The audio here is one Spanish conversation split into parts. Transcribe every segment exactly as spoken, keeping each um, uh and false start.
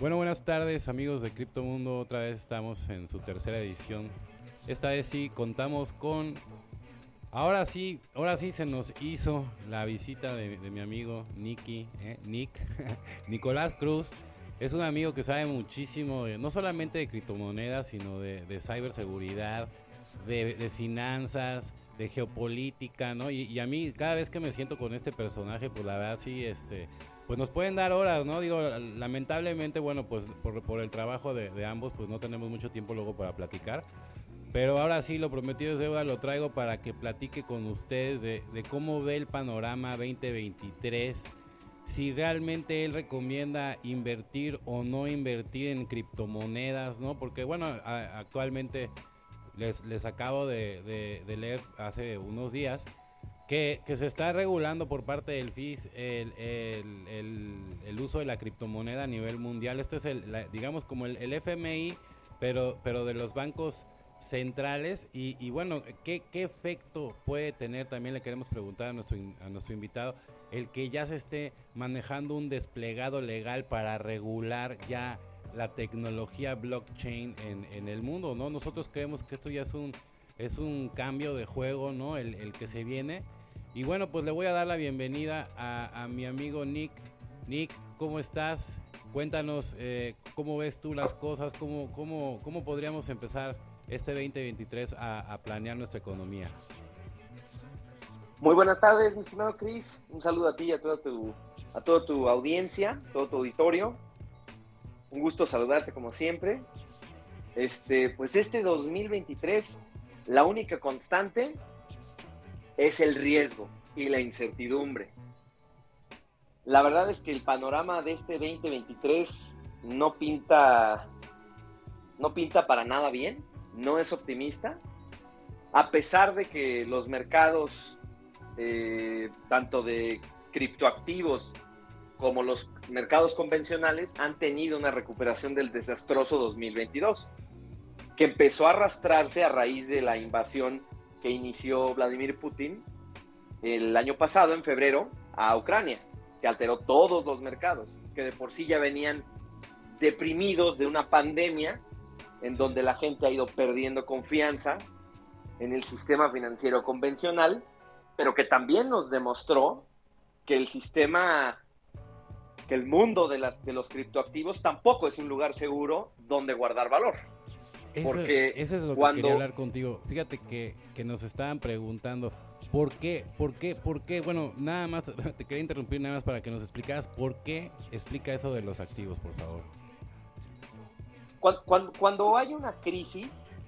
Bueno, buenas tardes amigos de Criptomundo, otra vez estamos en su tercera edición. Esta vez sí contamos con, ahora sí, ahora sí se nos hizo la visita de, de mi amigo Nicky, eh, Nick, Nicolás Cruz. Es un amigo que sabe muchísimo, de, no solamente de criptomonedas, sino de, de ciberseguridad, de, de finanzas, de geopolítica, ¿no? Y, y a mí cada vez que me siento con este personaje, pues la verdad sí, este... pues nos pueden dar horas, ¿no? Digo, lamentablemente, bueno, pues por, por el trabajo de, de ambos, pues no tenemos mucho tiempo luego para platicar. Pero ahora sí, lo prometido es deuda, lo traigo para que platique con ustedes de, de cómo ve el panorama veinte veintitrés, si realmente él recomienda invertir o no invertir en criptomonedas, ¿no? Porque, bueno, a, actualmente les, les acabo de, de, de leer hace unos días Que, que se está regulando por parte del F I S el, el, el, el uso de la criptomoneda a nivel mundial. Esto es, el, la, digamos, como el, el F M I, pero, pero de los bancos centrales. Y, y bueno, ¿qué, ¿qué efecto puede tener? También le queremos preguntar a nuestro, a nuestro invitado, el que ya se esté manejando un desplegado legal para regular ya la tecnología blockchain en, en el mundo, ¿no? Nosotros creemos que esto ya es un, es un cambio de juego, ¿no? El, el que se viene. Y bueno, pues le voy a dar la bienvenida a, a mi amigo Nick. Nick, ¿cómo estás? Cuéntanos eh, cómo ves tú las cosas, cómo, cómo, cómo podríamos empezar este veinte veintitrés a, a planear nuestra economía. Muy buenas tardes, mi estimado Chris. Un saludo a ti y a toda tu, a toda tu audiencia, todo tu auditorio. Un gusto saludarte como siempre. Este, pues este dos mil veintitrés, la única constante es el riesgo y la incertidumbre. La verdad es que el panorama de este veinte veintitrés no pinta, no pinta para nada bien, no es optimista, a pesar de que los mercados, eh, tanto de criptoactivos como los mercados convencionales, han tenido una recuperación del desastroso dos mil veintidós, que empezó a arrastrarse a raíz de la invasión que inició Vladimir Putin el año pasado, en febrero, a Ucrania, que alteró todos los mercados, que de por sí ya venían deprimidos de una pandemia en donde la gente ha ido perdiendo confianza en el sistema financiero convencional, pero que también nos demostró que el sistema, que el mundo de, las, de los criptoactivos tampoco es un lugar seguro donde guardar valor. Eso, Porque eso es lo cuando... que quería hablar contigo. Fíjate que, que nos estaban preguntando por qué, por qué, por qué. Bueno, nada más, te quería interrumpir nada más para que nos explicaras por qué. Explica eso de los activos, por favor. Cuando, cuando, cuando hay una crisis,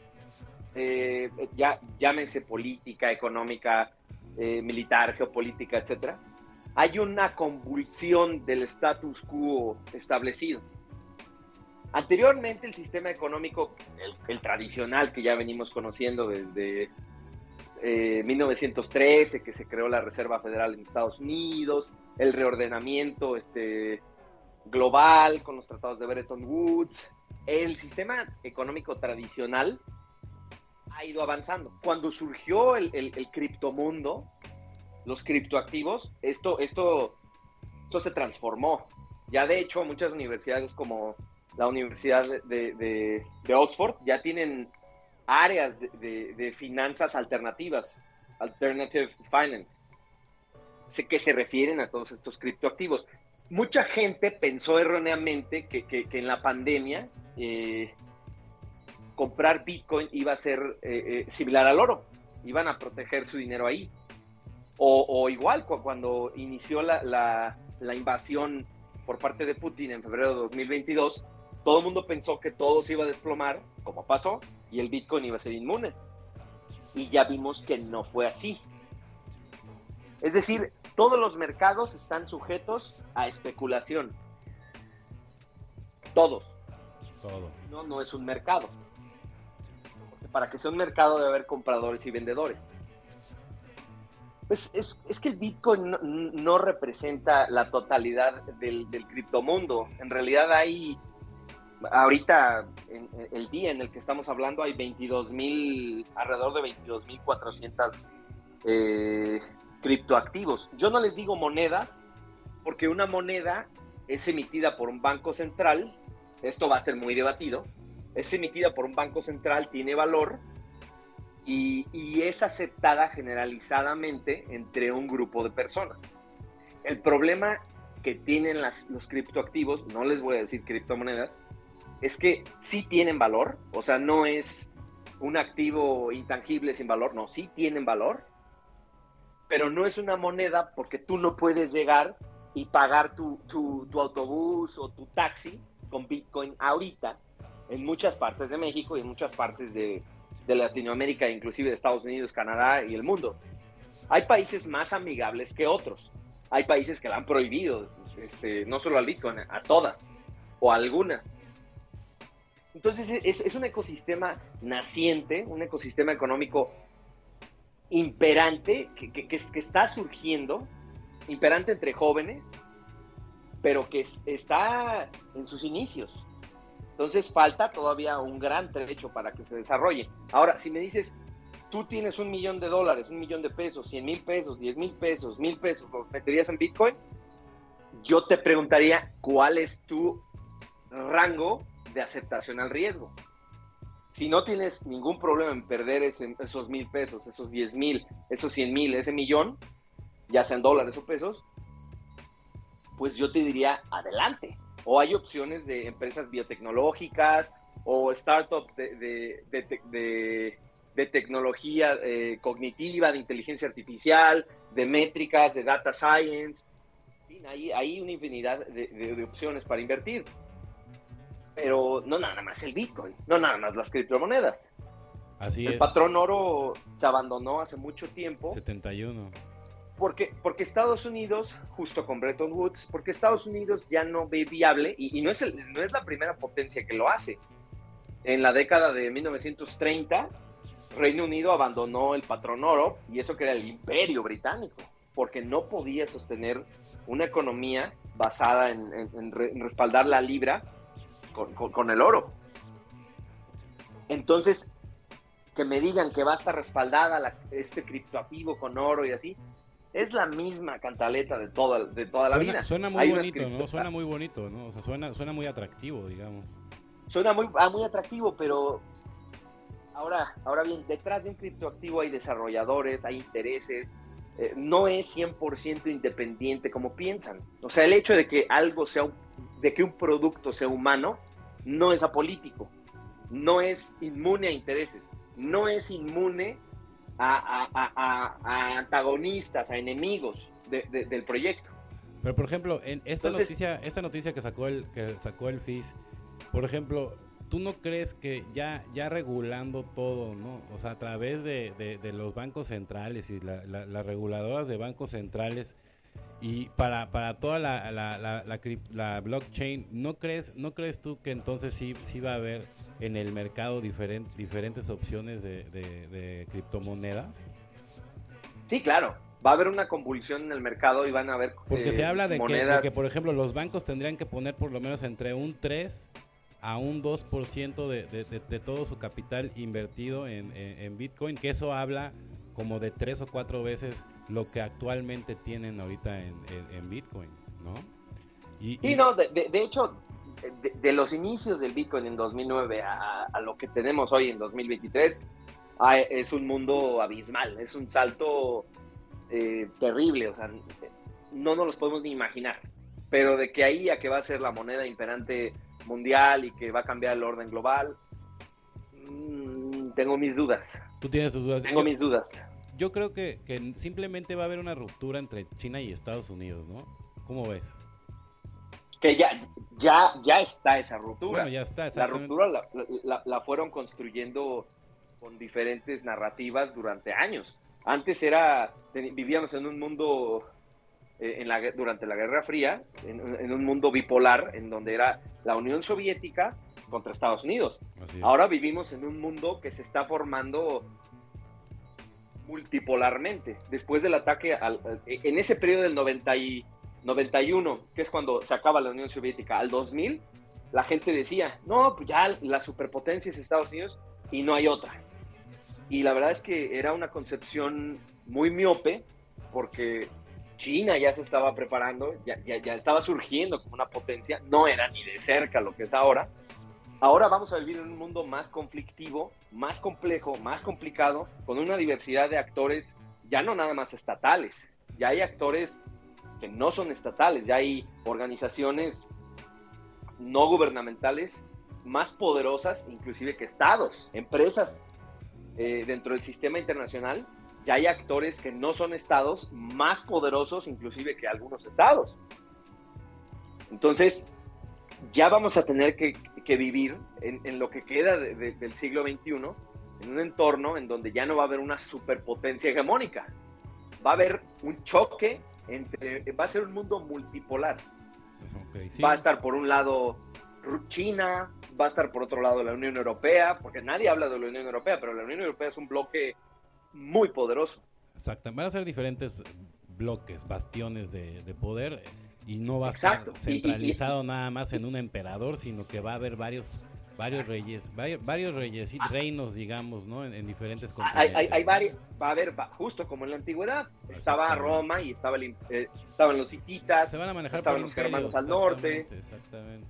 eh, ya llámese política, económica, eh, militar, geopolítica, etcétera, hay una convulsión del status quo establecido. Anteriormente el sistema económico, el, el tradicional que ya venimos conociendo desde eh, mil novecientos trece, que se creó la Reserva Federal en Estados Unidos, el reordenamiento este, global con los tratados de Bretton Woods, el sistema económico tradicional ha ido avanzando. Cuando surgió el, el, el criptomundo, los criptoactivos, esto, esto, esto se transformó. Ya de hecho muchas universidades como la Universidad de, de, de Oxford ya tienen áreas de, de, de finanzas alternativas, alternative finance, que se refieren a todos estos criptoactivos. Mucha gente pensó erróneamente que, que, que en la pandemia eh, comprar Bitcoin iba a ser eh, eh, similar al oro, iban a proteger su dinero ahí. O, o igual, cuando inició la, la, la invasión por parte de Putin en febrero de dos mil veintidós, todo el mundo pensó que todo se iba a desplomar, como pasó, y el Bitcoin iba a ser inmune. Y ya vimos que no fue así. Es decir, todos los mercados están sujetos a especulación. Todos. Todo. No, no es un mercado. Porque para que sea un mercado debe haber compradores y vendedores. Pues es, es que el Bitcoin no, no representa la totalidad del, del criptomundo. En realidad hay... Ahorita, en, en el día en el que estamos hablando, hay veintidós mil, alrededor de veintidós mil cuatrocientos eh, criptoactivos. Yo no les digo monedas, porque una moneda es emitida por un banco central esto va a ser muy debatido, es emitida por un banco central, tiene valor y, y es aceptada generalizadamente entre un grupo de personas. El problema que tienen las, los criptoactivos, no les voy a decir criptomonedas, es que sí tienen valor, o sea, no es un activo intangible sin valor, no, sí tienen valor, pero no es una moneda porque tú no puedes llegar y pagar tu, tu, tu autobús o tu taxi con Bitcoin ahorita en muchas partes de México y en muchas partes de, de Latinoamérica, inclusive de Estados Unidos, Canadá y el mundo. Hay países más amigables que otros. Hay países que la han prohibido, este, no solo al Bitcoin, a todas o a algunas. Entonces es, es un ecosistema naciente, un ecosistema económico imperante que, que, que, que está surgiendo, imperante entre jóvenes, pero que está en sus inicios. Entonces falta todavía un gran trecho para que se desarrolle. Ahora, si me dices, tú tienes un millón de dólares, un millón de pesos, cien mil pesos, diez mil pesos, mil pesos, ¿los meterías en Bitcoin? Yo te preguntaría, ¿cuál es tu rango de aceptación al riesgo? Si no tienes ningún problema en perder ese, esos mil pesos, esos diez mil, esos cien mil, ese millón, ya sean dólares o pesos, pues yo te diría, adelante. O hay opciones de empresas biotecnológicas o startups de, de, de, de, de tecnología eh, cognitiva, de inteligencia artificial, de métricas, de data science. Sí, hay, hay una infinidad de, de, de opciones para invertir. Pero no nada más el Bitcoin, no nada más las criptomonedas. Así el es. patrón oro se abandonó hace mucho tiempo. setenta y uno. Porque, porque Estados Unidos, justo con Bretton Woods, porque Estados Unidos ya no ve viable, y, y no, es el, no es la primera potencia que lo hace. En la década de mil novecientos treinta, Reino Unido abandonó el patrón oro, y eso que era el imperio británico, porque no podía sostener una economía basada en, en, en, re, en respaldar la libra con, con, con el oro. Entonces, que me digan que va a estar respaldada la, este criptoactivo con oro y así, es la misma cantaleta de toda, de toda suena, la vida. Suena muy Hay bonito, cripto... ¿no? Suena muy bonito, ¿no? O sea, suena, suena muy atractivo, digamos. Suena muy, ah, muy atractivo, pero ahora, ahora bien, detrás de un criptoactivo hay desarrolladores, hay intereses, eh, no es cien por ciento independiente como piensan. O sea, el hecho de que algo sea, de que un producto sea humano, no es apolítico, no es inmune a intereses, no es inmune A, a, a, a antagonistas, a enemigos de, de, del proyecto. Pero por ejemplo, en esta Entonces, noticia, esta noticia que sacó el que sacó el F I S, por ejemplo, ¿tú no crees que ya ya regulando todo, no? O sea, a través de, de, de los bancos centrales y la, la, las reguladoras de bancos centrales y para, para toda la, la, la, la, la blockchain, ¿no crees no crees tú que entonces sí, sí va a haber en el mercado diferent, diferentes opciones de, de, de criptomonedas? Sí, claro. Va a haber una convulsión en el mercado y van a haber Porque eh, se habla de que, monedas... de que, por ejemplo, los bancos tendrían que poner por lo menos entre un tres a un dos por ciento de, de, de, de todo su capital invertido en, en, en Bitcoin, que eso habla como de tres o cuatro veces lo que actualmente tienen ahorita en, en, en Bitcoin, ¿no? Y, sí, y... no, de, de, de hecho, de, de los inicios del Bitcoin en dos mil nueve a, a lo que tenemos hoy en dos mil veintitrés, a, es un mundo abismal, es un salto eh, terrible, o sea, no nos los podemos ni imaginar, pero de que ahí a que va a ser la moneda imperante mundial y que va a cambiar el orden global, mmm, tengo mis dudas. Tú tienes tus dudas. Tengo yo, mis dudas. Yo creo que, que simplemente va a haber una ruptura entre China y Estados Unidos, ¿no? ¿Cómo ves? Que ya, ya, ya está esa ruptura. Bueno, ya está, la ruptura la, la, la fueron construyendo con diferentes narrativas durante años. Antes era, vivíamos en un mundo, eh, en la, durante la Guerra Fría, en, en un mundo bipolar, en donde era la Unión Soviética contra Estados Unidos. Ahora vivimos en un mundo que se está formando multipolarmente. Después del ataque, al, en ese periodo del noventa y, noventa y uno, que es cuando se acaba la Unión Soviética, al dos mil, la gente decía, no, pues ya la superpotencia es Estados Unidos y no hay otra. Y la verdad es que era una concepción muy miope, porque China ya se estaba preparando, ya, ya, ya estaba surgiendo como una potencia, no era ni de cerca lo que es ahora. Ahora vamos a vivir en un mundo más conflictivo, más complejo, más complicado, con una diversidad de actores ya no nada más estatales, ya hay actores que no son estatales, ya hay organizaciones no gubernamentales más poderosas inclusive que estados, empresas eh, dentro del sistema internacional. Ya hay actores que no son estados más poderosos inclusive que algunos estados. Entonces ya vamos a tener que, que vivir en, en lo que queda de, de, del siglo veintiuno en un entorno en donde ya no va a haber una superpotencia hegemónica, va a haber un choque entre, va a ser un mundo multipolar. Okay, sí. Va a estar por un lado China, va a estar por otro lado la Unión Europea, porque nadie habla de la Unión Europea, pero la Unión Europea es un bloque muy poderoso. Exacto, van a ser diferentes bloques, bastiones de, de poder, y no va a Exacto. estar centralizado y, y, nada más en un emperador, sino que va a haber varios varios reyes, varios, varios reyes y reinos, digamos, ¿no? En, en diferentes continentes. Hay, hay, hay varios, va a haber, va, justo como en la antigüedad, estaba Roma y estaba el, eh, estaban los hititas, se van a manejar estaban por los germanos al norte. Exactamente.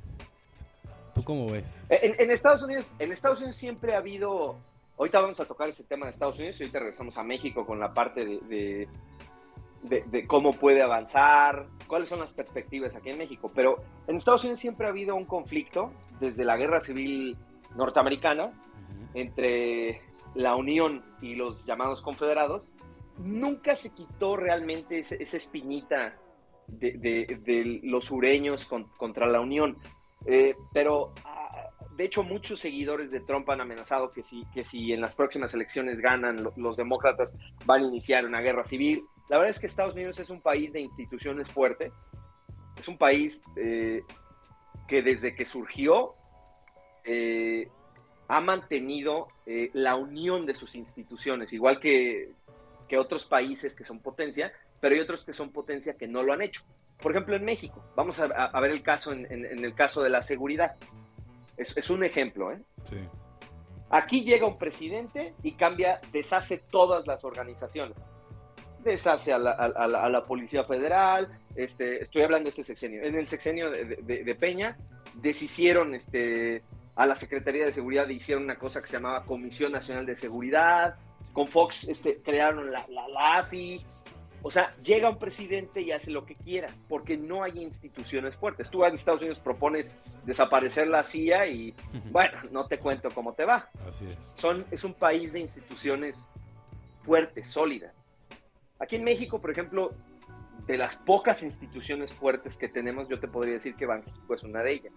¿Tú cómo ves? En, en Estados Unidos, en Estados Unidos siempre ha habido, ahorita vamos a tocar ese tema de Estados Unidos y ahorita regresamos a México con la parte de, de, de, de cómo puede avanzar, cuáles son las perspectivas aquí en México, pero en Estados Unidos siempre ha habido un conflicto desde la Guerra Civil Norteamericana uh-huh. entre la Unión y los llamados Confederados. Nunca se quitó realmente ese, esa espinita de, de, de los sureños con, contra la Unión, eh, pero de hecho muchos seguidores de Trump han amenazado que si, que si en las próximas elecciones ganan, lo, los demócratas van a iniciar una guerra civil. La verdad es que Estados Unidos es un país de instituciones fuertes, es un país eh, que desde que surgió eh, ha mantenido eh, la unión de sus instituciones, igual que, que otros países que son potencia, pero hay otros que son potencia que no lo han hecho. Por ejemplo, en México, vamos a, a ver el caso en, en, en el caso de la seguridad. Es, es un ejemplo, ¿eh? Sí. Aquí llega un presidente y cambia, deshace todas las organizaciones. Deshace a la, a, la, a la Policía Federal, este, estoy hablando de este sexenio. En el sexenio de, de, de Peña, deshicieron este, a la Secretaría de Seguridad, hicieron una cosa que se llamaba Comisión Nacional de Seguridad. Con Fox este, crearon la, la, la A F I. O sea, llega un presidente y hace lo que quiera, porque no hay instituciones fuertes. Tú en Estados Unidos propones desaparecer la C I A y, bueno, no te cuento cómo te va. Así es. Son, es un país de instituciones fuertes, sólidas. Aquí en México, por ejemplo, de las pocas instituciones fuertes que tenemos, yo te podría decir que Banxico es una de ellas.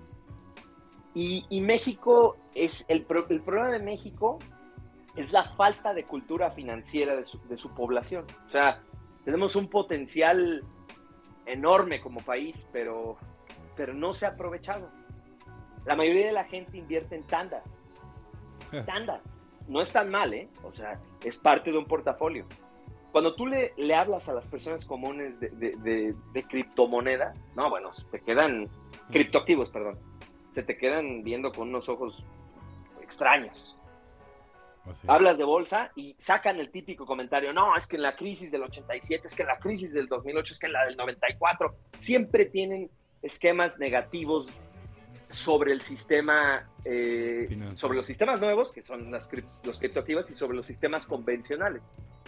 Y, y México, es el, el problema de México es la falta de cultura financiera de su, de su población. O sea, tenemos un potencial enorme como país, pero, pero no se ha aprovechado. La mayoría de la gente invierte en tandas. Tandas. No es tan mal, ¿eh? O sea, es parte de un portafolio. Cuando tú le, le hablas a las personas comunes de, de, de, de criptomoneda, no, bueno, se te quedan, criptoactivos, perdón, se te quedan viendo con unos ojos extraños. Así. Hablas de bolsa y sacan el típico comentario, no, es que en la crisis del ochenta y siete, es que en la crisis del dos mil ocho, es que en la del noventa y cuatro, siempre tienen esquemas negativos sobre el sistema, eh, sobre los sistemas nuevos, que son las, los criptoactivos, y sobre los sistemas convencionales.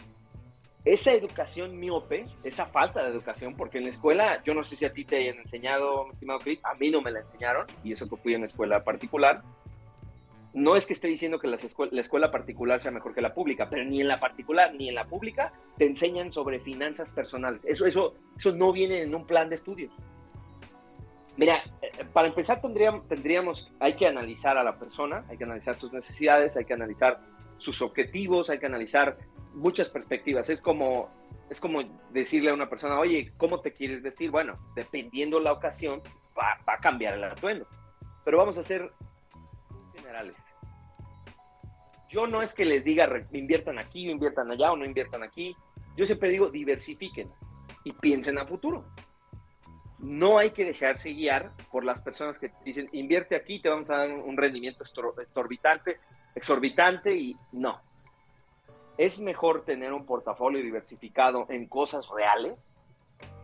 Esa educación miope, esa falta de educación, porque en la escuela, yo no sé si a ti te hayan enseñado, mi estimado Chris, a mí no me la enseñaron, y eso que fui en la escuela particular. No es que esté diciendo que las escuela, la escuela particular sea mejor que la pública, pero ni en la particular ni en la pública te enseñan sobre finanzas personales. Eso, eso, eso no viene en un plan de estudios. Mira, para empezar tendríamos, tendríamos, hay que analizar a la persona, hay que analizar sus necesidades, hay que analizar sus objetivos, hay que analizar muchas perspectivas. Es como, es como decirle a una persona, oye, ¿cómo te quieres vestir? Bueno, dependiendo la ocasión, va, va a cambiar el atuendo. Pero vamos a hacer generales. Yo no es que les diga inviertan aquí o inviertan allá o no inviertan aquí. Yo siempre digo diversifiquen y piensen a futuro. No hay que dejarse guiar por las personas que dicen invierte aquí, te vamos a dar un rendimiento exorbitante, exorbitante y no. Es mejor tener un portafolio diversificado en cosas reales,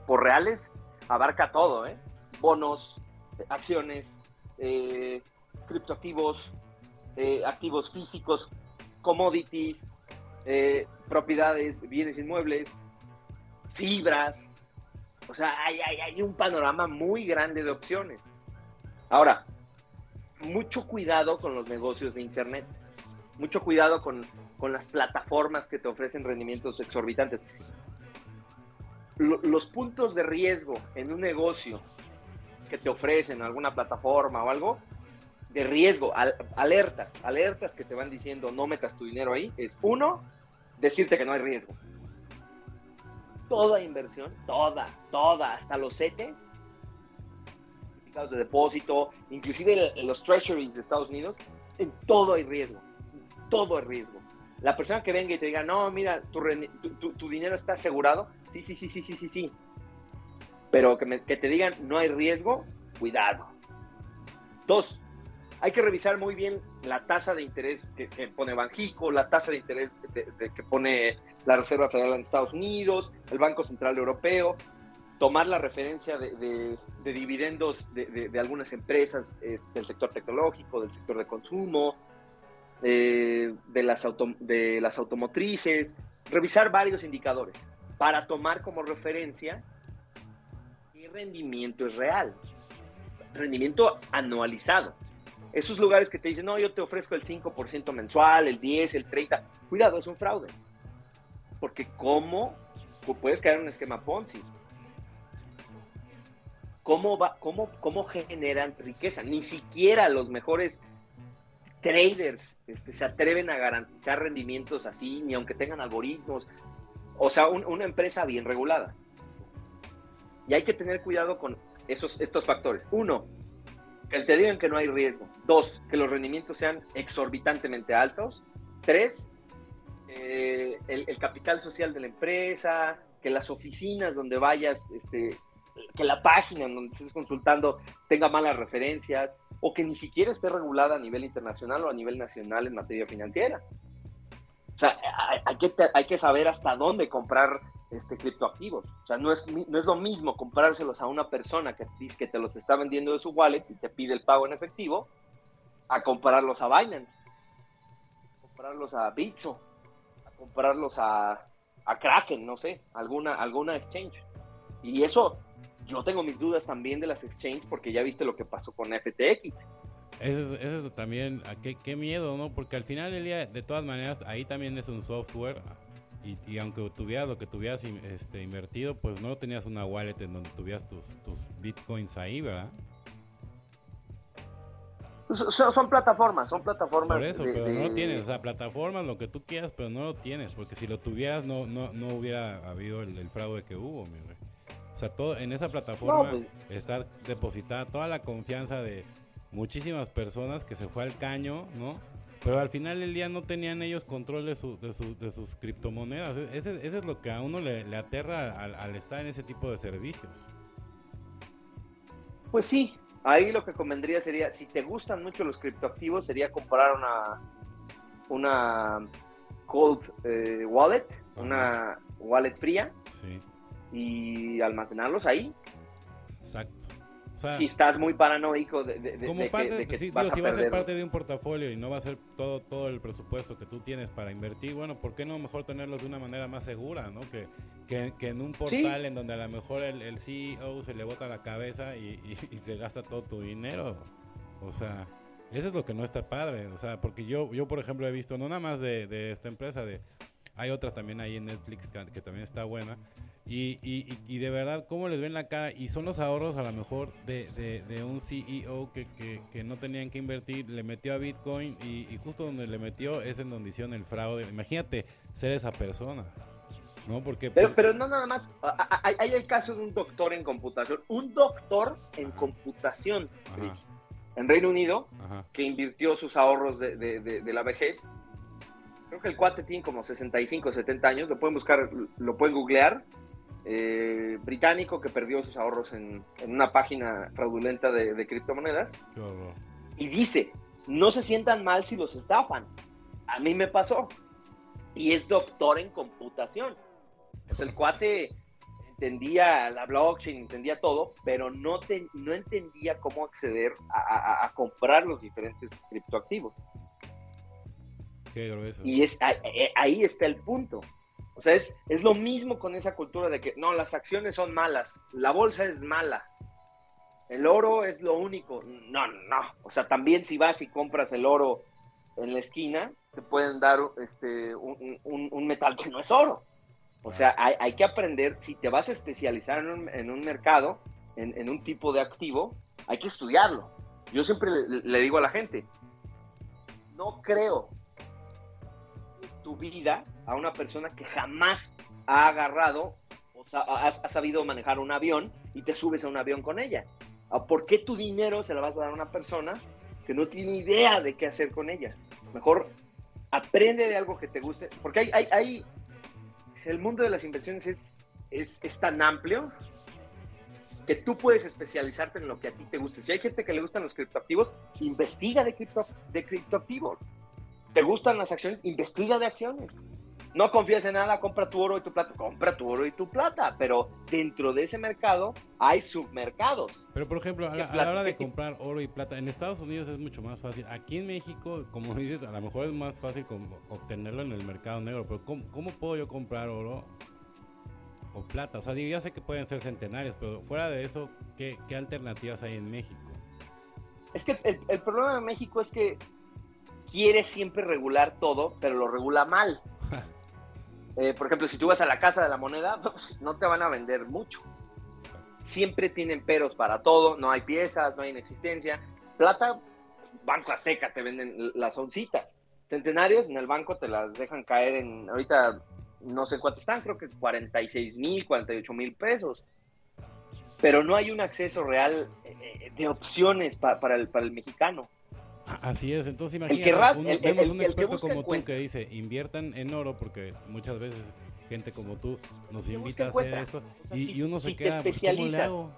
por reales abarca todo, ¿eh? Bonos, acciones, eh, criptoactivos, eh, activos físicos, commodities, eh, propiedades, bienes inmuebles, fibras. O sea, hay, hay, hay un panorama muy grande de opciones. Ahora, mucho cuidado con los negocios de Internet. Mucho cuidado con, con las plataformas que te ofrecen rendimientos exorbitantes. L- los puntos de riesgo en un negocio que te ofrecen alguna plataforma o algo, de riesgo, al, alertas, alertas que te van diciendo no metas tu dinero ahí, es uno, decirte que no hay riesgo. Toda inversión, toda, toda, hasta los C E T E, certificados de depósito, inclusive el, los treasuries de Estados Unidos, en todo hay riesgo, en todo hay riesgo. La persona que venga y te diga, no, mira, tu, tu, tu, tu dinero está asegurado, sí, sí, sí, sí, sí, sí, sí. Pero que, me, que te digan, no hay riesgo, cuidado. Dos, hay que revisar muy bien la tasa de interés que, que pone Banxico, la tasa de interés de, de, que pone la Reserva Federal en Estados Unidos, el Banco Central Europeo, tomar la referencia de, de, de dividendos de, de, de algunas empresas este, del sector tecnológico, del sector de consumo, eh, de, las auto, de las automotrices, revisar varios indicadores para tomar como referencia qué rendimiento es real, rendimiento anualizado. Esos lugares que te dicen, no, yo te ofrezco el cinco por ciento mensual, el diez, el treinta, cuidado, es un fraude. Porque ¿cómo puedes caer en un esquema Ponzi? ¿Cómo, va, cómo, cómo generan riqueza? Ni siquiera los mejores traders este, se atreven a garantizar rendimientos así, ni aunque tengan algoritmos. O sea, un, una empresa bien regulada. Y hay que tener cuidado con esos, estos factores. Uno, que te digan que no hay riesgo. Dos, que los rendimientos sean exorbitantemente altos. Tres, eh, el, el capital social de la empresa, que las oficinas donde vayas, este, que la página en donde estés consultando tenga malas referencias, o que ni siquiera esté regulada a nivel internacional o a nivel nacional en materia financiera. O sea, hay, hay, que, hay que saber hasta dónde comprar este, criptoactivos. O sea, no es, no es lo mismo comprárselos a una persona que dice que te los está vendiendo de su wallet y te pide el pago en efectivo, a comprarlos a Binance, a comprarlos a Bitso, a comprarlos a, a Kraken, no sé, alguna, alguna exchange. Y eso, yo tengo mis dudas también de las exchanges porque ya viste lo que pasó con F T X. Eso es, eso es también, qué, qué miedo, ¿no? Porque al final del día, de todas maneras, ahí también es un software. Y, y aunque tuvieras lo que tuvieras este, invertido, pues no tenías una wallet en donde tuvieras tus, tus bitcoins ahí, ¿verdad? Son, son plataformas, son plataformas. Por eso, de, pero de... no lo tienes, o sea, plataformas, lo que tú quieras, pero no lo tienes, porque si lo tuvieras no no, no hubiera habido el, el fraude que hubo, mi rey. O sea, todo, en esa plataforma no, pues... está depositada toda la confianza de muchísimas personas que se fue al caño, ¿no? Pero al final del día no tenían ellos control de, su, de, su, de sus criptomonedas. Ese, ese es lo que a uno le, le aterra al, al estar en ese tipo de servicios. Pues sí, ahí lo que convendría sería, si te gustan mucho los criptoactivos, sería comprar una, una cold eh, wallet, ajá, una wallet fría, sí, y almacenarlos ahí. Exacto. O sea, si estás muy paranoico de, de, de, como de parte, que, de que sí, vas digo, a si va a ser perder. parte de un portafolio y no va a ser todo todo el presupuesto que tú tienes para invertir, bueno, ¿por qué no mejor tenerlos de una manera más segura, ¿no? Que, que, que en un portal, sí, en donde a lo mejor el, el C E O se le bota la cabeza y, y, y se gasta todo tu dinero. O sea, eso es lo que no está padre. O sea, porque yo, yo por ejemplo, he visto, no nada más de, de esta empresa, de hay otra también ahí en Netflix que, que también está buena. Y, y, y de verdad, ¿cómo les ven la cara? Y son los ahorros a lo mejor de, de, de un C E O que, que, que no tenían que invertir, le metió a Bitcoin y, y justo donde le metió es en donde hicieron el fraude. Imagínate ser esa persona, ¿no? Porque pero, pues, pero no nada más, hay, hay el caso de un doctor en computación, un doctor en ajá, computación, Chris, en Reino Unido, ajá, que invirtió sus ahorros de, de, de, de la vejez. Creo que el cuate tiene como sesenta y cinco, setenta años, lo pueden buscar, lo pueden googlear. Eh, británico que perdió sus ahorros en, en una página fraudulenta de, de criptomonedas. Qué horror. Y dice, no se sientan mal si los estafan. A mí me pasó. Y es doctor en computación. Pues el cuate entendía la blockchain, entendía todo, pero no, te, no entendía cómo acceder a, a, a comprar los diferentes criptoactivos. Qué grueso. Y es, ahí está el punto. O sea, es, es lo mismo con esa cultura de que no, las acciones son malas, la bolsa es mala, el oro es lo único. No, no. O sea, también si vas y compras el oro en la esquina, te pueden dar este, un, un, un metal que no es oro. O sea, hay, hay que aprender, si te vas a especializar en un, en un mercado, en, en un tipo de activo, hay que estudiarlo. Yo siempre le, le digo a la gente, no creo tu vida a una persona que jamás ha agarrado o sea, ha, ha sabido manejar un avión y te subes a un avión con ella. ¿Por qué tu dinero se lo vas a dar a una persona que no tiene idea de qué hacer con ella? Mejor aprende de algo que te guste, porque hay, hay, hay el mundo de las inversiones es, es, es tan amplio que tú puedes especializarte en lo que a ti te guste. Si hay gente que le gustan los criptoactivos, investiga de, cripto, de criptoactivos. ¿Te gustan las acciones? Investiga de acciones. No confías en nada, compra tu oro y tu plata. Compra tu oro y tu plata, pero dentro de ese mercado hay submercados. Pero, por ejemplo, a la, a la hora de comprar oro y plata, en Estados Unidos es mucho más fácil. Aquí en México, como dices, a lo mejor es más fácil como obtenerlo en el mercado negro, pero ¿cómo, cómo puedo yo comprar oro o plata? O sea, digo, ya sé que pueden ser centenarios, pero fuera de eso, ¿qué, qué alternativas hay en México? Es que el, el problema de México es que quiere siempre regular todo, pero lo regula mal. Eh, por ejemplo, si tú vas a la Casa de la Moneda, no te van a vender mucho. Siempre tienen peros para todo, no hay piezas, no hay inexistencia. Plata, Banco Azteca te venden las oncitas. Centenarios, en el banco te las dejan caer en, ahorita no sé cuánto están, creo que cuarenta y seis mil, cuarenta y ocho mil pesos. Pero no hay un acceso real eh, de opciones pa, para, el, para el mexicano. Así es, entonces imagínate, un, el, vemos el, un experto como tú que dice, inviertan en oro, porque muchas veces gente como tú nos invita a hacer esto, y, si, y uno se si queda, pues, ¿cómo le hago?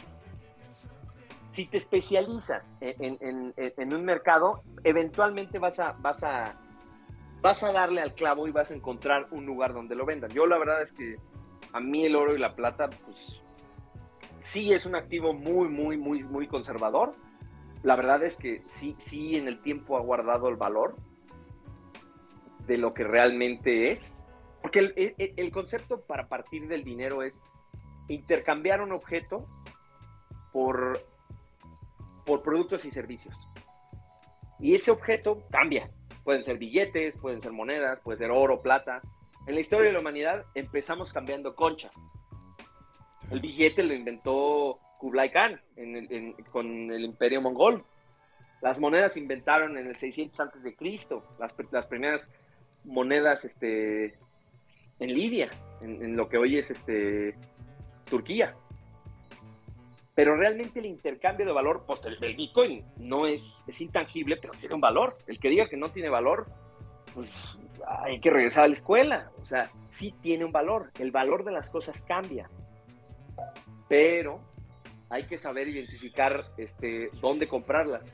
Si te especializas en, en, en, en un mercado, eventualmente vas a, vas a vas a darle al clavo y vas a encontrar un lugar donde lo vendan. Yo la verdad es que a mí el oro y la plata, pues sí es un activo muy, muy, muy, muy conservador. La verdad es que sí, sí en el tiempo ha guardado el valor de lo que realmente es. Porque el, el, el concepto para partir del dinero es intercambiar un objeto por, por productos y servicios. Y ese objeto cambia. Pueden ser billetes, pueden ser monedas, puede ser oro, plata. En la historia de la humanidad empezamos cambiando conchas. El billete lo inventó Kublai Khan en el, en, con el imperio mongol. Las monedas se inventaron en el seiscientos antes de Cristo, las, las primeras monedas este, en Lidia, en, en lo que hoy es este, Turquía. Pero realmente el intercambio de valor, pues el, el Bitcoin no es, es intangible, pero tiene un valor. El que diga que no tiene valor, pues hay que regresar a la escuela. O sea, sí tiene un valor. El valor de las cosas cambia. Pero hay que saber identificar este, dónde comprarlas.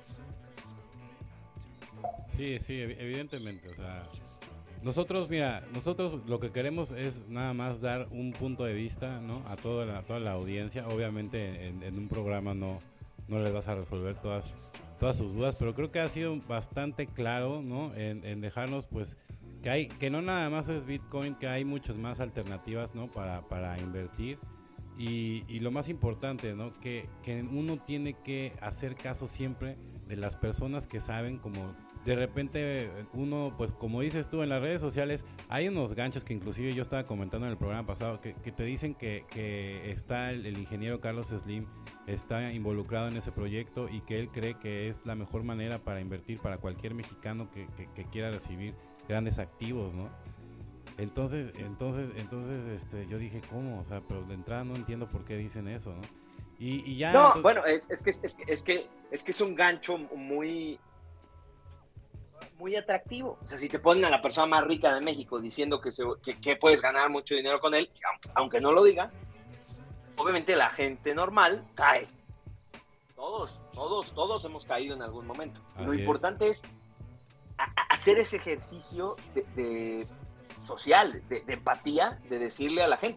Sí, sí, evidentemente. O sea, nosotros, mira, nosotros lo que queremos es nada más dar un punto de vista, ¿no? A toda la, toda la audiencia. Obviamente en, en un programa no, no les vas a resolver todas, todas sus dudas, pero creo que ha sido bastante claro, ¿no? En, en dejarnos, pues, que hay, que no nada más es Bitcoin, que hay muchas más alternativas, ¿no? Para, para invertir. Y, y lo más importante, ¿no? Que, que uno tiene que hacer caso siempre de las personas que saben, como de repente uno, pues como dices tú en las redes sociales, hay unos ganchos que inclusive yo estaba comentando en el programa pasado, que, que te dicen que, que está el, el ingeniero Carlos Slim, está involucrado en ese proyecto y que él cree que es la mejor manera para invertir para cualquier mexicano que, que, que quiera recibir grandes activos, ¿no? Entonces, entonces, entonces, este, yo dije, ¿cómo? O sea, pero de entrada no entiendo por qué dicen eso, ¿no? Y, y ya. No, entonces... bueno, es, es que es, es que es que es que es un gancho muy, muy atractivo. O sea, si te ponen a la persona más rica de México diciendo que, se, que, que puedes ganar mucho dinero con él, aunque, aunque no lo diga, obviamente la gente normal cae. Todos, todos, todos hemos caído en algún momento. Así lo importante es, es a, a hacer ese ejercicio de, de social, de, de empatía, de decirle a la gente,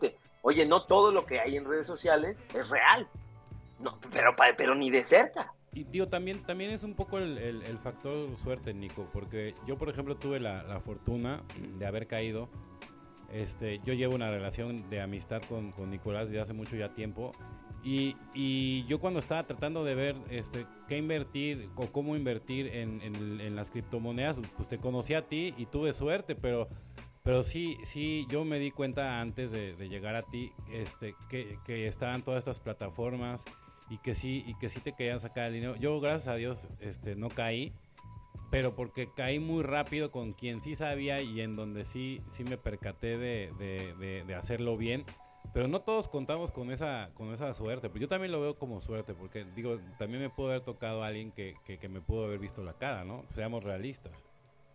Oye, no todo lo que hay en redes sociales es real, no, pero, pero ni de cerca. Y tío, también, también es un poco el, el, el factor suerte, Nico, porque yo, por ejemplo, tuve la, la fortuna de haber caído. Este, yo llevo una relación de amistad con, con Nicolás desde hace mucho ya tiempo. Y, y yo cuando estaba tratando de ver este, qué invertir o cómo invertir en, en, en las criptomonedas, pues te conocí a ti y tuve suerte, pero, pero sí, sí, yo me di cuenta antes de, de llegar a ti este, que, que estaban todas estas plataformas y que sí, y que sí te querían sacar el dinero. Yo, gracias a Dios, este, no caí, pero porque caí muy rápido con quien sí sabía y en donde sí, sí me percaté de, de, de, de hacerlo bien. Pero no todos contamos con esa, con esa suerte. Pero yo también lo veo como suerte, porque digo, también me pudo haber tocado a alguien que, que, que me pudo haber visto la cara, ¿no? Seamos realistas.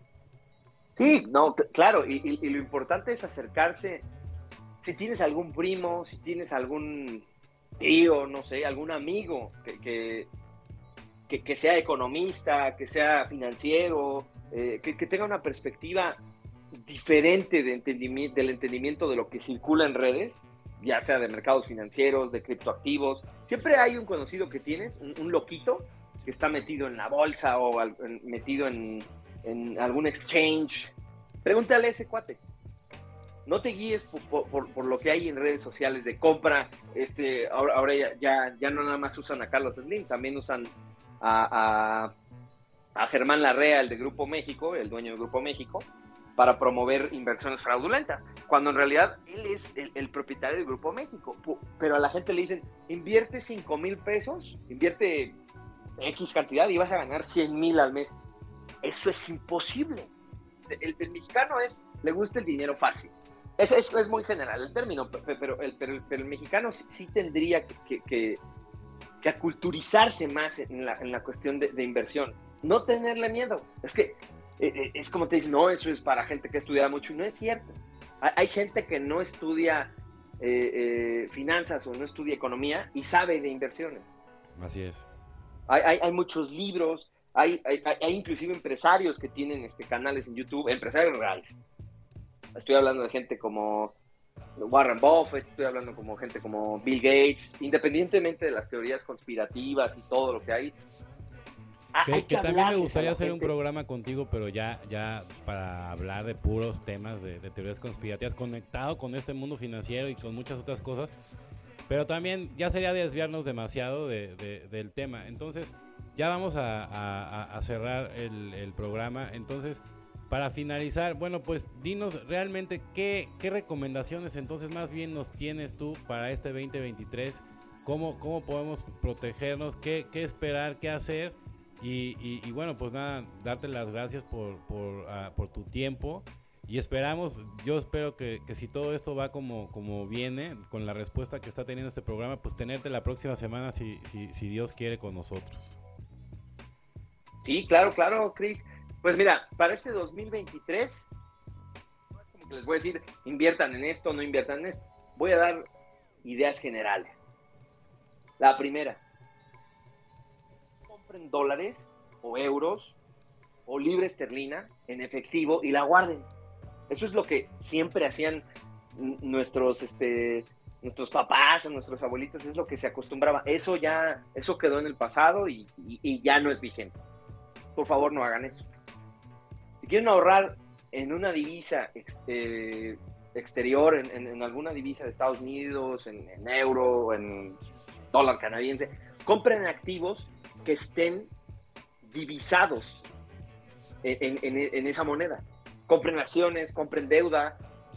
Sí, no, t- claro, y, y, y lo importante es acercarse. Si tienes algún primo, si tienes algún tío, no sé, algún amigo que, que, que, que sea economista, que sea financiero, eh, que, que tenga una perspectiva diferente de entendimiento, del entendimiento de lo que circula en redes, ya sea de mercados financieros, de criptoactivos. Siempre hay un conocido que tienes, un, un loquito, que está metido en la bolsa o al, en, metido en, en algún exchange. Pregúntale a ese cuate. No te guíes por, por, por lo que hay en redes sociales de compra. Este, ahora ahora ya, ya, ya no nada más usan a Carlos Slim, también usan a, a, a Germán Larrea, el de Grupo México, el dueño de Grupo México, para promover inversiones fraudulentas, cuando en realidad él es el, el propietario del Grupo México. Pero a la gente le dicen, invierte cinco mil pesos, invierte X cantidad y vas a ganar cien mil al mes. Eso es imposible. El, el mexicano es, le gusta el dinero fácil. Eso es, es muy general el término, pero el, pero el, pero el mexicano sí, sí tendría que, que, que, que aculturizarse más en la, en la cuestión de, de inversión. No tenerle miedo. Es que eh, es como te dicen, no, eso es para gente que estudia mucho. Y no es cierto. Hay, hay gente que no estudia eh, eh, finanzas o no estudia economía y sabe de inversiones. Así es. Hay, hay, hay muchos libros, hay, hay, hay inclusive empresarios que tienen este, canales en YouTube, empresarios reales. Estoy hablando de gente como Warren Buffett, estoy hablando como gente como Bill Gates, independientemente de las teorías conspirativas y todo lo que hay. Que, hay que, que también me gustaría hacer gente. un programa contigo, pero ya, ya para hablar de puros temas de, de teorías conspirativas, conectado con este mundo financiero y con muchas otras cosas. Pero también ya sería desviarnos demasiado de, de, del tema. Entonces, ya vamos a, a, a cerrar el, el programa. Entonces, para finalizar, bueno, pues dinos realmente qué, qué recomendaciones entonces más bien nos tienes tú para este veinte veintitrés. ¿Cómo, cómo podemos protegernos? ¿Qué, qué esperar? ¿Qué hacer? Y, y, y bueno, pues nada, darte las gracias por, por, uh, por tu tiempo. Y esperamos, yo espero que, que si todo esto va como, como viene, con la respuesta que está teniendo este programa, pues tenerte la próxima semana si, si, si Dios quiere con nosotros. Sí, claro, claro, Chris. Pues mira, para este dos mil veintitrés, como que les voy a decir, inviertan en esto, no inviertan en esto. Voy a dar ideas generales. La primera, compren dólares o euros o libra esterlina en efectivo y la guarden. Eso es lo que siempre hacían nuestros, este, nuestros papás o nuestros abuelitos, es lo que se acostumbraba. Eso ya, eso quedó en el pasado y, y, y ya no es vigente. Por favor, no hagan eso. Si quieren ahorrar en una divisa este, exterior, en, en, en alguna divisa de Estados Unidos, en, en euro, en dólar canadiense, compren activos que estén divisados en, en, en esa moneda. Compren acciones, compren deuda,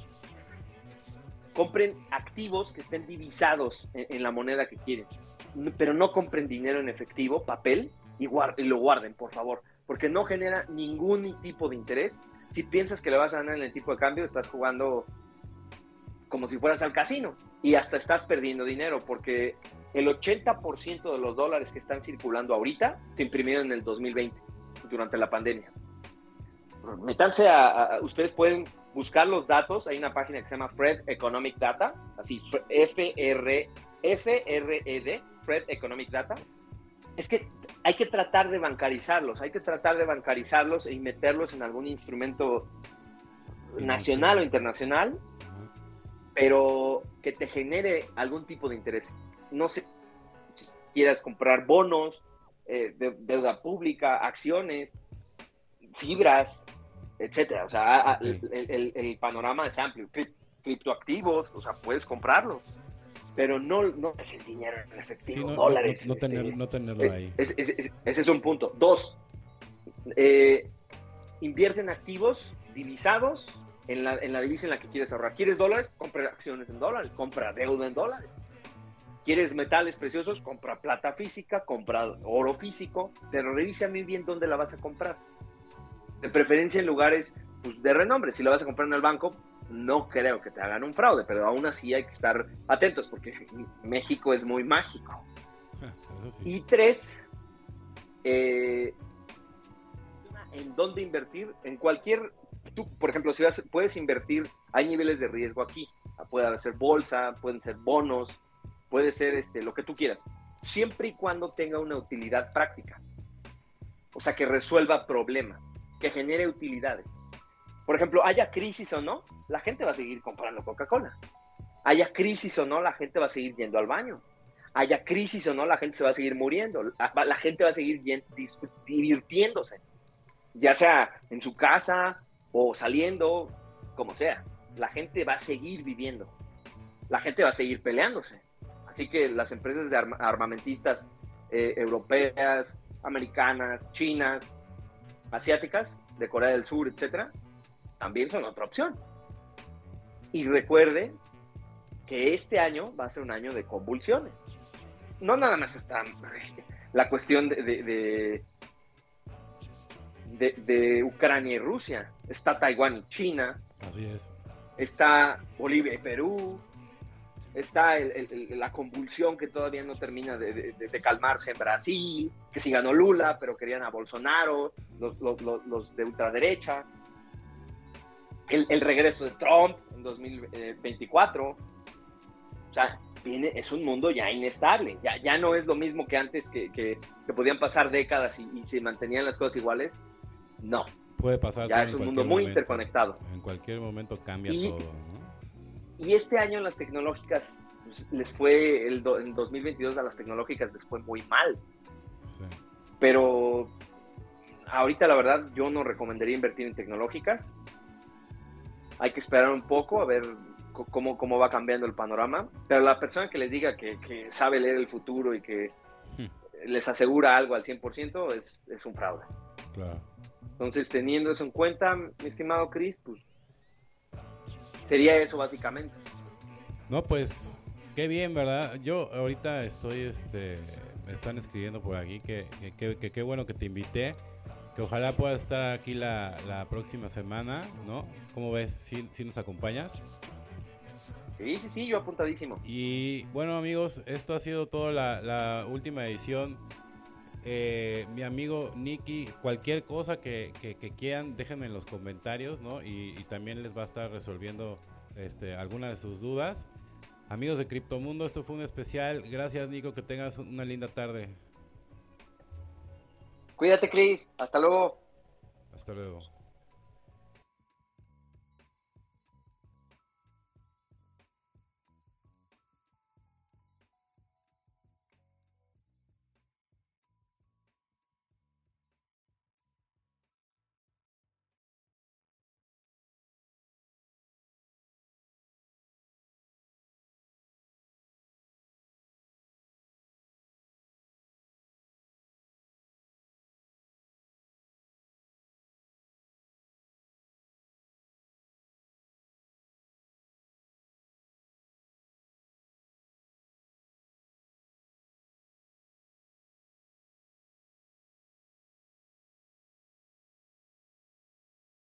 compren activos que estén divisados en, en la moneda que quieren, pero no compren dinero en efectivo, papel, y, guard- y lo guarden, por favor, porque no genera ningún tipo de interés. Si piensas que le vas a ganar en el tipo de cambio, estás jugando como si fueras al casino y hasta estás perdiendo dinero, porque el ochenta por ciento de los dólares que están circulando ahorita se imprimieron en el dos mil veinte, durante la pandemia. Métanse a, a, ustedes pueden buscar los datos, hay una página que se llama Fred Economic Data, así, F R E D, Fred Economic Data. Es que hay que tratar de bancarizarlos, hay que tratar de bancarizarlos y meterlos en algún instrumento nacional o internacional pero que te genere algún tipo de interés. No sé si quieras comprar bonos, eh, de, deuda pública, acciones, fibras, etcétera. O sea, okay. el, el, el, panorama es amplio. Criptoactivos, o sea, puedes comprarlos, pero no, no dejes dinero en efectivo, sí, no, dólares. No, no, tener, este, no tenerlo ahí. Es, es, es, ese es un punto. Dos, eh, invierte en activos divisados en la, en la divisa en la que quieres ahorrar. ¿Quieres dólares? Compra acciones en dólares, compra deuda en dólares. ¿Quieres metales preciosos? Compra plata física, compra oro físico, pero revisa muy bien dónde la vas a comprar. De preferencia en lugares pues, de renombre. Si la vas a comprar en el banco, no creo que te hagan un fraude, pero aún así hay que estar atentos porque México es muy mágico. Sí. Y tres, eh, en dónde invertir, en cualquier, tú, por ejemplo, si vas, puedes invertir, hay niveles de riesgo aquí, puede ser bolsa, pueden ser bonos, puede ser este, lo que tú quieras, siempre y cuando tenga una utilidad práctica, o sea, que resuelva problemas, que genere utilidades. Por ejemplo, haya crisis o no, la gente va a seguir comprando Coca-Cola. Haya crisis o no, la gente va a seguir yendo al baño. Haya crisis o no, la gente se va a seguir muriendo. La, la gente va a seguir divirtiéndose, ya sea en su casa o saliendo, como sea. La gente va a seguir viviendo. La gente va a seguir peleándose. Así que las empresas de arma, armamentistas eh, europeas, americanas, chinas, asiáticas, de Corea del Sur, etcétera, también son otra opción. Y recuerde que este año va a ser un año de convulsiones. No nada más está la cuestión de, de, de, de, de Ucrania y Rusia. Está Taiwán y China. Así es. Está Bolivia y Perú. Está el, el, la convulsión que todavía no termina de, de, de calmarse en Brasil, que sí ganó Lula, pero querían a Bolsonaro, los, los, los, los de ultraderecha. El, el regreso de Trump en dos mil veinticuatro. O sea, viene, es un mundo ya inestable. Ya, ya no es lo mismo que antes, que, que, que podían pasar décadas y, y se mantenían las cosas iguales. No. Puede pasar. Ya es un mundo muy momento, interconectado. En cualquier momento cambia y, todo, ¿no? Y este año las tecnológicas, pues, les fue, el do, en dos mil veintidós a las tecnológicas les fue muy mal. Sí. Pero ahorita la verdad yo no recomendaría invertir en tecnológicas. Hay que esperar un poco a ver cómo, cómo va cambiando el panorama. Pero la persona que les diga que, que sabe leer el futuro y que hmm. les asegura algo al cien por ciento es, es un fraude. Claro. Entonces, teniendo eso en cuenta, mi estimado Chris, pues sería eso básicamente. No, pues, qué bien, ¿verdad? Yo ahorita estoy, este, me están escribiendo por aquí que qué que, bueno que te invité. Que ojalá pueda estar aquí la, la próxima semana, ¿no? ¿Cómo ves? ¿Sí, sí nos acompañas? Sí, sí, sí, yo apuntadísimo. Y bueno, amigos, esto ha sido toda la, la última edición. Eh, mi amigo Nicky, cualquier cosa que, que, que quieran, déjenme en los comentarios, ¿no? Y, y también les va a estar resolviendo este, algunas de sus dudas. Amigos de Criptomundo, esto fue un especial. Gracias, Nico, que tengas una linda tarde. Cuídate, Chris. Hasta luego. Hasta luego.